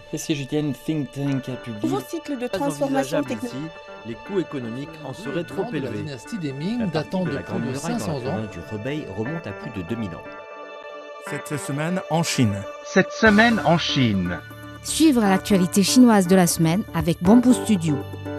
Ici Julien, Think Tank a publié. Nouveau cycle de transformation technologique. Les coûts économiques en seraient trop La élevés. dynastie des Ming datant de plus de 500 ans. Du Hebei remonte à plus de 2000 ans. Cette semaine en Chine. Cette semaine en Chine. Suivre l'actualité chinoise de la semaine avec Bamboo Studio.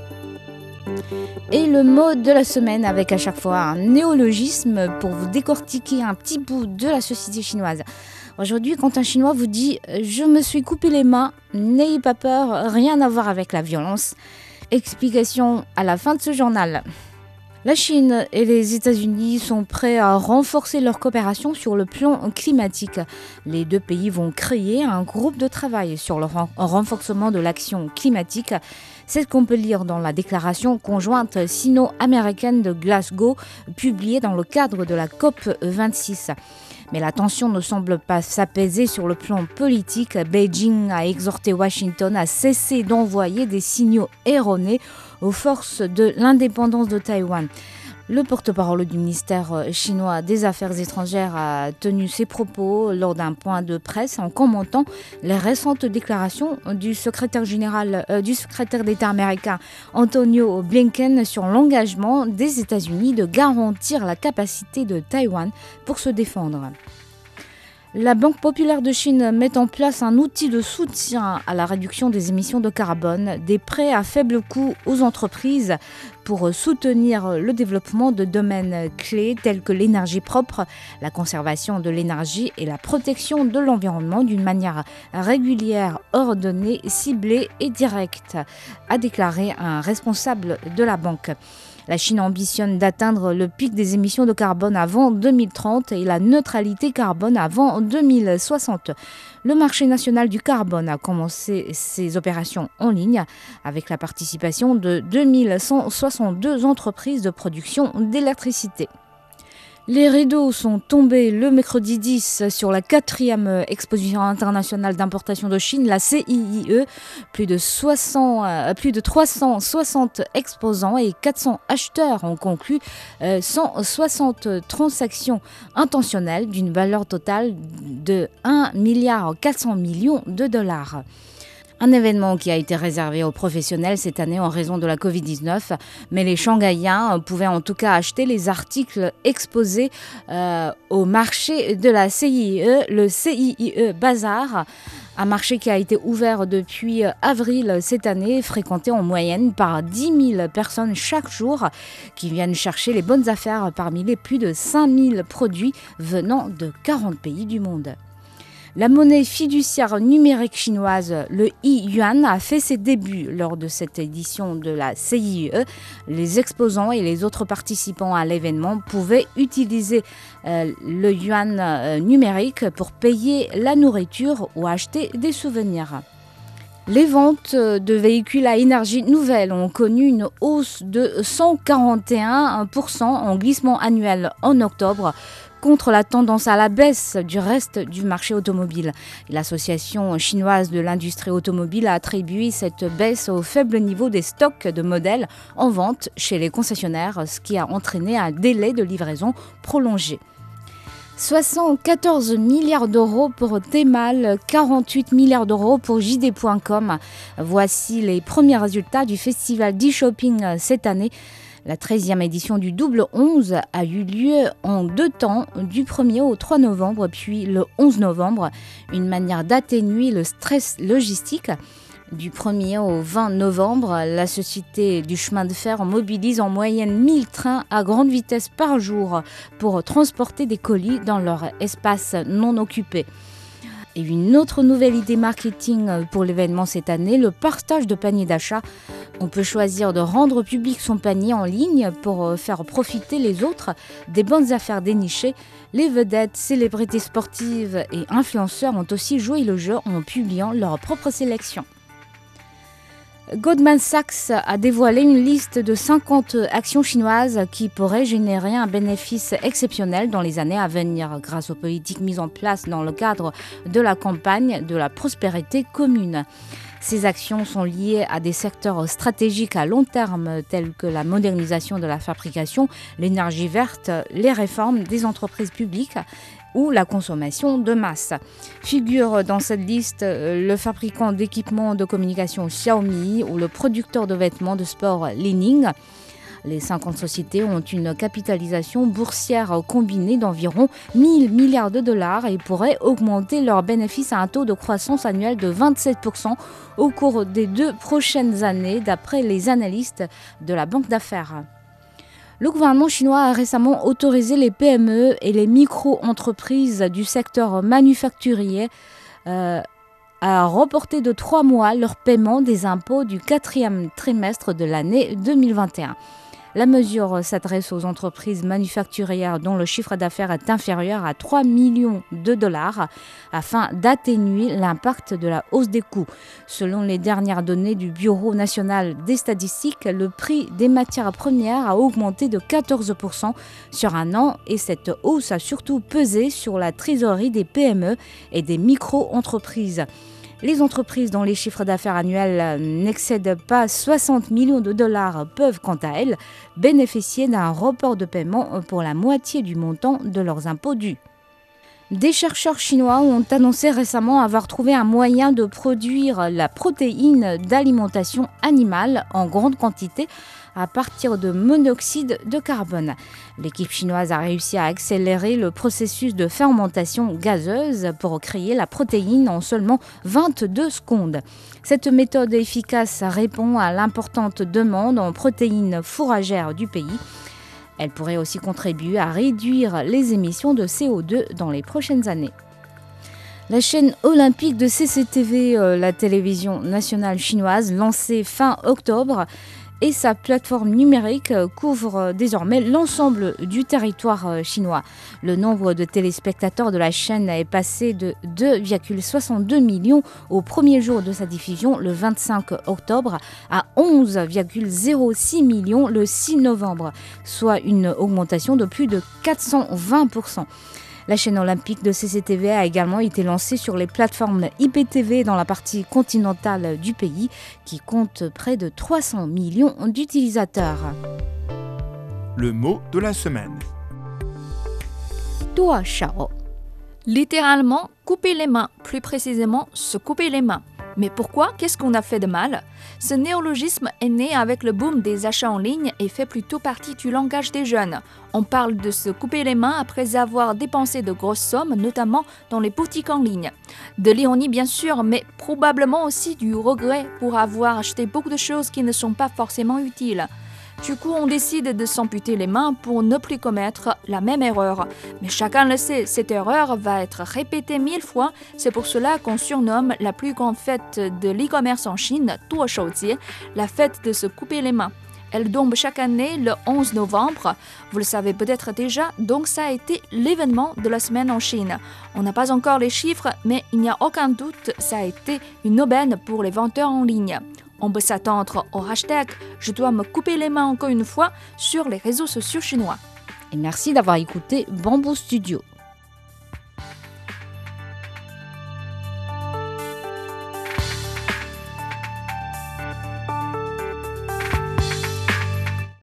Et le mot de la semaine avec à chaque fois un néologisme pour vous décortiquer un petit bout de la société chinoise. Aujourd'hui, quand un Chinois vous dit « Je me suis coupé les mains, n'ayez pas peur, rien à voir avec la violence », explication à la fin de ce journal. La Chine et les États-Unis sont prêts à renforcer leur coopération sur le plan climatique. Les deux pays vont créer un groupe de travail sur le renforcement de l'action climatique. C'est ce qu'on peut lire dans la déclaration conjointe sino-américaine de Glasgow, publiée dans le cadre de la COP26. Mais la tension ne semble pas s'apaiser sur le plan politique. Beijing a exhorté Washington à cesser d'envoyer des signaux erronés aux forces de l'indépendance de Taïwan. Le porte-parole du ministère chinois des Affaires étrangères a tenu ses propos lors d'un point de presse en commentant les récentes déclarations du secrétaire d'État américain Antonio Blinken sur l'engagement des États-Unis de garantir la capacité de Taïwan pour se défendre. La Banque populaire de Chine met en place un outil de soutien à la réduction des émissions de carbone, des prêts à faible coût aux entreprises pour soutenir le développement de domaines clés tels que l'énergie propre, la conservation de l'énergie et la protection de l'environnement d'une manière régulière, ordonnée, ciblée et directe, a déclaré un responsable de la banque. La Chine ambitionne d'atteindre le pic des émissions de carbone avant 2030 et la neutralité carbone avant 2060. Le marché national du carbone a commencé ses opérations en ligne avec la participation de 2162 entreprises de production d'électricité. Les rideaux sont tombés le mercredi 10 sur la 4e exposition internationale d'importation de Chine, la CIIE. Plus de 360 exposants et 400 acheteurs ont conclu 160 transactions intentionnelles d'une valeur totale de 1,4 milliard de dollars. Un événement qui a été réservé aux professionnels cette année en raison de la Covid-19, mais les Shanghaïens pouvaient en tout cas acheter les articles exposés au marché de la CIIE, le CIIE Bazar, un marché qui a été ouvert depuis avril cette année, fréquenté en moyenne par 10 000 personnes chaque jour qui viennent chercher les bonnes affaires parmi les plus de 5 000 produits venant de 40 pays du monde. La monnaie fiduciaire numérique chinoise, le e-yuan, a fait ses débuts lors de cette édition de la CIIE. Les exposants et les autres participants à l'événement pouvaient utiliser le yuan numérique pour payer la nourriture ou acheter des souvenirs. Les ventes de véhicules à énergie nouvelle ont connu une hausse de 141% en glissement annuel en octobre, contre la tendance à la baisse du reste du marché automobile. L'Association chinoise de l'industrie automobile a attribué cette baisse au faible niveau des stocks de modèles en vente chez les concessionnaires, ce qui a entraîné un délai de livraison prolongé. 74 milliards d'euros pour Tmall, 48 milliards d'euros pour JD.com. Voici les premiers résultats du festival d'e-shopping cette année. La 13e édition du Double 11 a eu lieu en 2 temps, du 1er au 3 novembre, puis le 11 novembre, une manière d'atténuer le stress logistique. Du 1er au 20 novembre, la Société du chemin de fer mobilise en moyenne 1000 trains à grande vitesse par jour pour transporter des colis dans leur espace non occupé. Et une autre nouvelle idée marketing pour l'événement cette année, le partage de paniers d'achat. On peut choisir de rendre public son panier en ligne pour faire profiter les autres des bonnes affaires dénichées. Les vedettes, célébrités sportives et influenceurs ont aussi joué le jeu en publiant leur propre sélection. Goldman Sachs a dévoilé une liste de 50 actions chinoises qui pourraient générer un bénéfice exceptionnel dans les années à venir grâce aux politiques mises en place dans le cadre de la campagne de la prospérité commune. Ces actions sont liées à des secteurs stratégiques à long terme tels que la modernisation de la fabrication, l'énergie verte, les réformes des entreprises publiques ou la consommation de masse. Figure dans cette liste le fabricant d'équipements de communication Xiaomi ou le producteur de vêtements de sport Li-Ning. Les 50 sociétés ont une capitalisation boursière combinée d'environ 1 000 milliards de dollars et pourraient augmenter leurs bénéfices à un taux de croissance annuel de 27% au cours des 2 prochaines années, d'après les analystes de la banque d'affaires. Le gouvernement chinois a récemment autorisé les PME et les micro-entreprises du secteur manufacturier à reporter de 3 mois leur paiement des impôts du 4e trimestre de l'année 2021. La mesure s'adresse aux entreprises manufacturières dont le chiffre d'affaires est inférieur à 3 millions de dollars afin d'atténuer l'impact de la hausse des coûts. Selon les dernières données du Bureau national des statistiques, le prix des matières premières a augmenté de 14% sur un an et cette hausse a surtout pesé sur la trésorerie des PME et des micro-entreprises. Les entreprises dont les chiffres d'affaires annuels n'excèdent pas 60 millions de dollars peuvent, quant à elles, bénéficier d'un report de paiement pour la moitié du montant de leurs impôts dus. Des chercheurs chinois ont annoncé récemment avoir trouvé un moyen de produire la protéine d'alimentation animale en grande quantité à partir de monoxyde de carbone. L'équipe chinoise a réussi à accélérer le processus de fermentation gazeuse pour créer la protéine en seulement 22 secondes. Cette méthode efficace répond à l'importante demande en protéines fourragères du pays. Elle pourrait aussi contribuer à réduire les émissions de CO2 dans les prochaines années. La chaîne olympique de CCTV, la télévision nationale chinoise, lancée fin octobre, et sa plateforme numérique couvre désormais l'ensemble du territoire chinois. Le nombre de téléspectateurs de la chaîne est passé de 2,62 millions au premier jour de sa diffusion, le 25 octobre, à 11,06 millions le 6 novembre, soit une augmentation de plus de 420%. La chaîne olympique de CCTV a également été lancée sur les plateformes IPTV dans la partie continentale du pays, qui compte près de 300 millions d'utilisateurs. Le mot de la semaine. Duo shao. Littéralement, couper les mains, plus précisément, se couper les mains. Mais pourquoi? Qu'est-ce qu'on a fait de mal? Ce néologisme est né avec le boom des achats en ligne et fait plutôt partie du langage des jeunes. On parle de se couper les mains après avoir dépensé de grosses sommes, notamment dans les boutiques en ligne. De l'ironie bien sûr, mais probablement aussi du regret pour avoir acheté beaucoup de choses qui ne sont pas forcément utiles. Du coup, on décide de s'amputer les mains pour ne plus commettre la même erreur. Mais chacun le sait, cette erreur va être répétée 1000 fois. C'est pour cela qu'on surnomme la plus grande fête de l'e-commerce en Chine, Duo Shoujie, la fête de se couper les mains. Elle tombe chaque année le 11 novembre. Vous le savez peut-être déjà, donc ça a été l'événement de la semaine en Chine. On n'a pas encore les chiffres, mais il n'y a aucun doute, ça a été une aubaine pour les vendeurs en ligne. On peut s'attendre au hashtag « Je dois me couper les mains encore une fois » sur les réseaux sociaux chinois. Et merci d'avoir écouté Bamboo Studio.